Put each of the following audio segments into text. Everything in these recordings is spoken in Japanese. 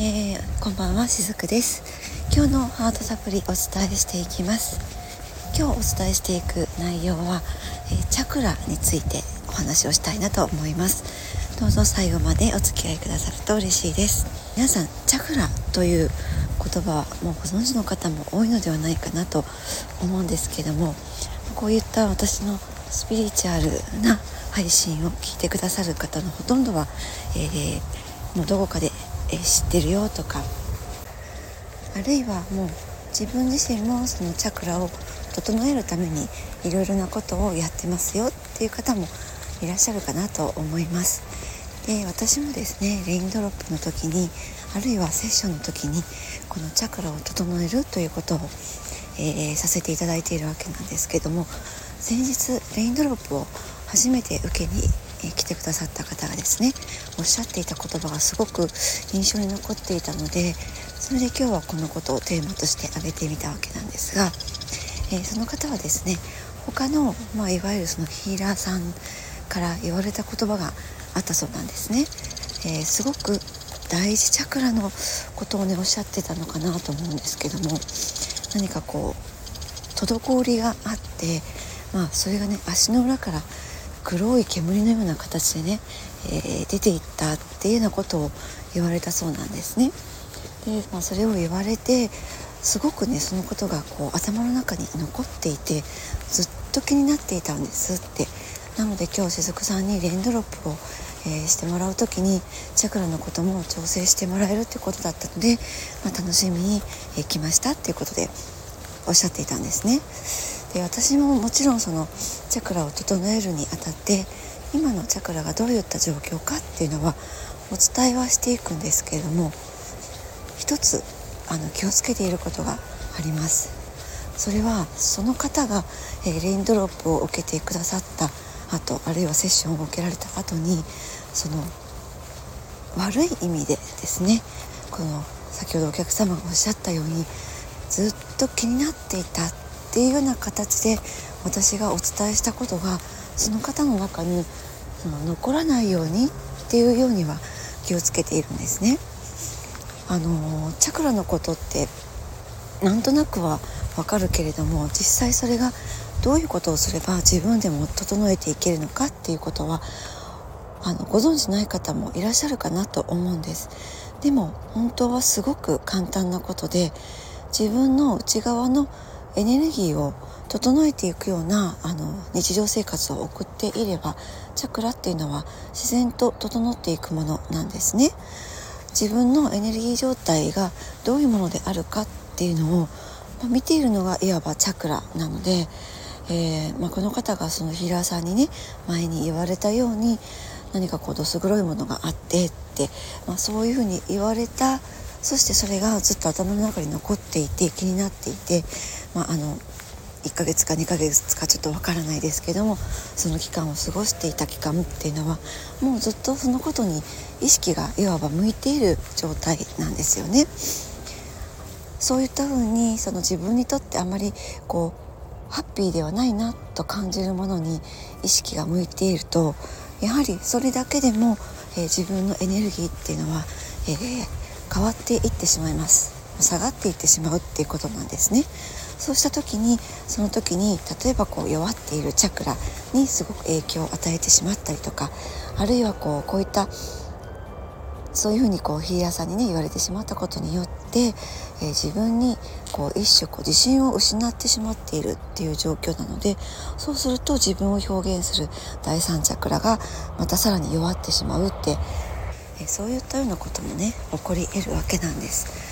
こんばんは、しずくです。今日のハートサプリお伝えしていきます。今日お伝えしていく内容は、チャクラについてお話をしたいなと思います。どうぞ最後までお付き合いくださると嬉しいです。皆さん、チャクラという言葉はもうご存知の方も多いのではないかなと思うんですけども、こういった私のスピリチュアルな配信を聞いてくださる方のほとんどは、もうどこかで知ってるよとか、あるいはもう自分自身もそのチャクラを整えるためにいろいろなことをやってますよっていう方もいらっしゃるかなと思います。で、私もですね、レインドロップの時に、あるいはセッションの時にこのチャクラを整えるということを、させていただいているわけなんですけども、先日レインドロップを初めて受けに来てくださった方がですね、おっしゃっていた言葉がすごく印象に残っていたので、それで今日はこのことをテーマとして挙げてみたわけなんですが、その方はですね、他の、いわゆるそのヒーラーさんから言われた言葉があったそうなんですね。すごく大事チャクラのことをね、おっしゃってたのかなと思うんですけども、何かこう滞りがあって、それがね、足の裏から黒い煙のような形でね、出ていったっていうようなことを言われたそうなんですね。で、それを言われて、すごくね、そのことがこう頭の中に残っていて、ずっと気になっていたんですって。なので今日しずくさんにレインドロップを、してもらうときにチャクラのことも調整してもらえるってことだったので、楽しみに、来ましたっていうことでおっしゃっていたんですね。で、私ももちろんそのチャクラを整えるにあたって今のチャクラがどういった状況かっていうのはお伝えはしていくんですけれども、一つ気をつけていることがあります。それはその方が、レインドロップを受けてくださった後、あるいはセッションを受けられた後に、その悪い意味でですね、この先ほどお客様がおっしゃったようにずっと気になっていたっていうような形で私がお伝えしたことがその方の中に残らないようにっていうようには気をつけているんですね。チャクラのことってなんとなくはわかるけれども、実際それがどういうことをすれば自分でも整えていけるのかっていうことはご存知ない方もいらっしゃるかなと思うんです。でも本当はすごく簡単なことで、自分の内側のエネルギーを整えていくような日常生活を送っていれば、チャクラっていうのは自然と整っていくものなんですね。自分のエネルギー状態がどういうものであるかっていうのを、見ているのがいわばチャクラなので、この方がそのヒーラーさんにね、前に言われたように何かこうどす黒いものがあってって、そういうふうに言われた。そしてそれがずっと頭の中に残っていて気になっていて、1ヶ月か2ヶ月かちょっとわからないですけども、その期間を過ごしていた期間っていうのはもうずっとそのことに意識がいわば向いている状態なんですよね。そういったふうにその自分にとってあまりこうハッピーではないなと感じるものに意識が向いていると、やはりそれだけでも、自分のエネルギーっていうのは、変わっていってしまいます。下がっていってしまうっていうことなんですね。そうした時にその時に例えばこう弱っているチャクラにすごく影響を与えてしまったりとか、あるいはこういったそういうふうにヒーラーさんにね言われてしまったことによって、自分に一種自信を失ってしまっているっていう状況なので、そうすると自分を表現する第三チャクラがまたさらに弱ってしまうって、そういったようなこともね起こり得るわけなんです。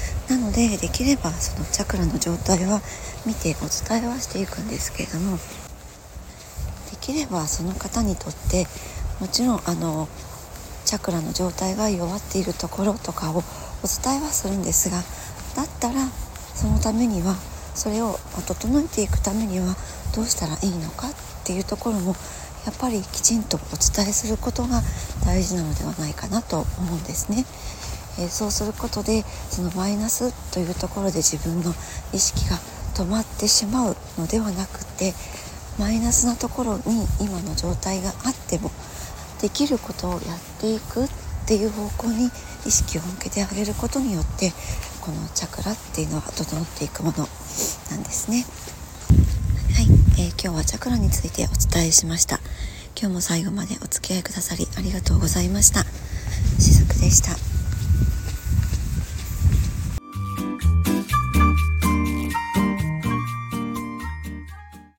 なのでできればそのチャクラの状態は見てお伝えはしていくんですけれども、できればその方にとってもちろんチャクラの状態が弱っているところとかをお伝えはするんですが、だったらそのためにはそれを整えていくためにはどうしたらいいのかっていうところもやっぱりきちんとお伝えすることが大事なのではないかなと思うんですね。そうすることでそのマイナスというところで自分の意識が止まってしまうのではなくて、マイナスなところに今の状態があってもできることをやっていくっていう方向に意識を向けてあげることによってこのチャクラっていうのは整っていくものなんですね。はい、今日はチャクラについてお伝えしました。今日も最後までお付き合いくださりありがとうございました。しずくでした。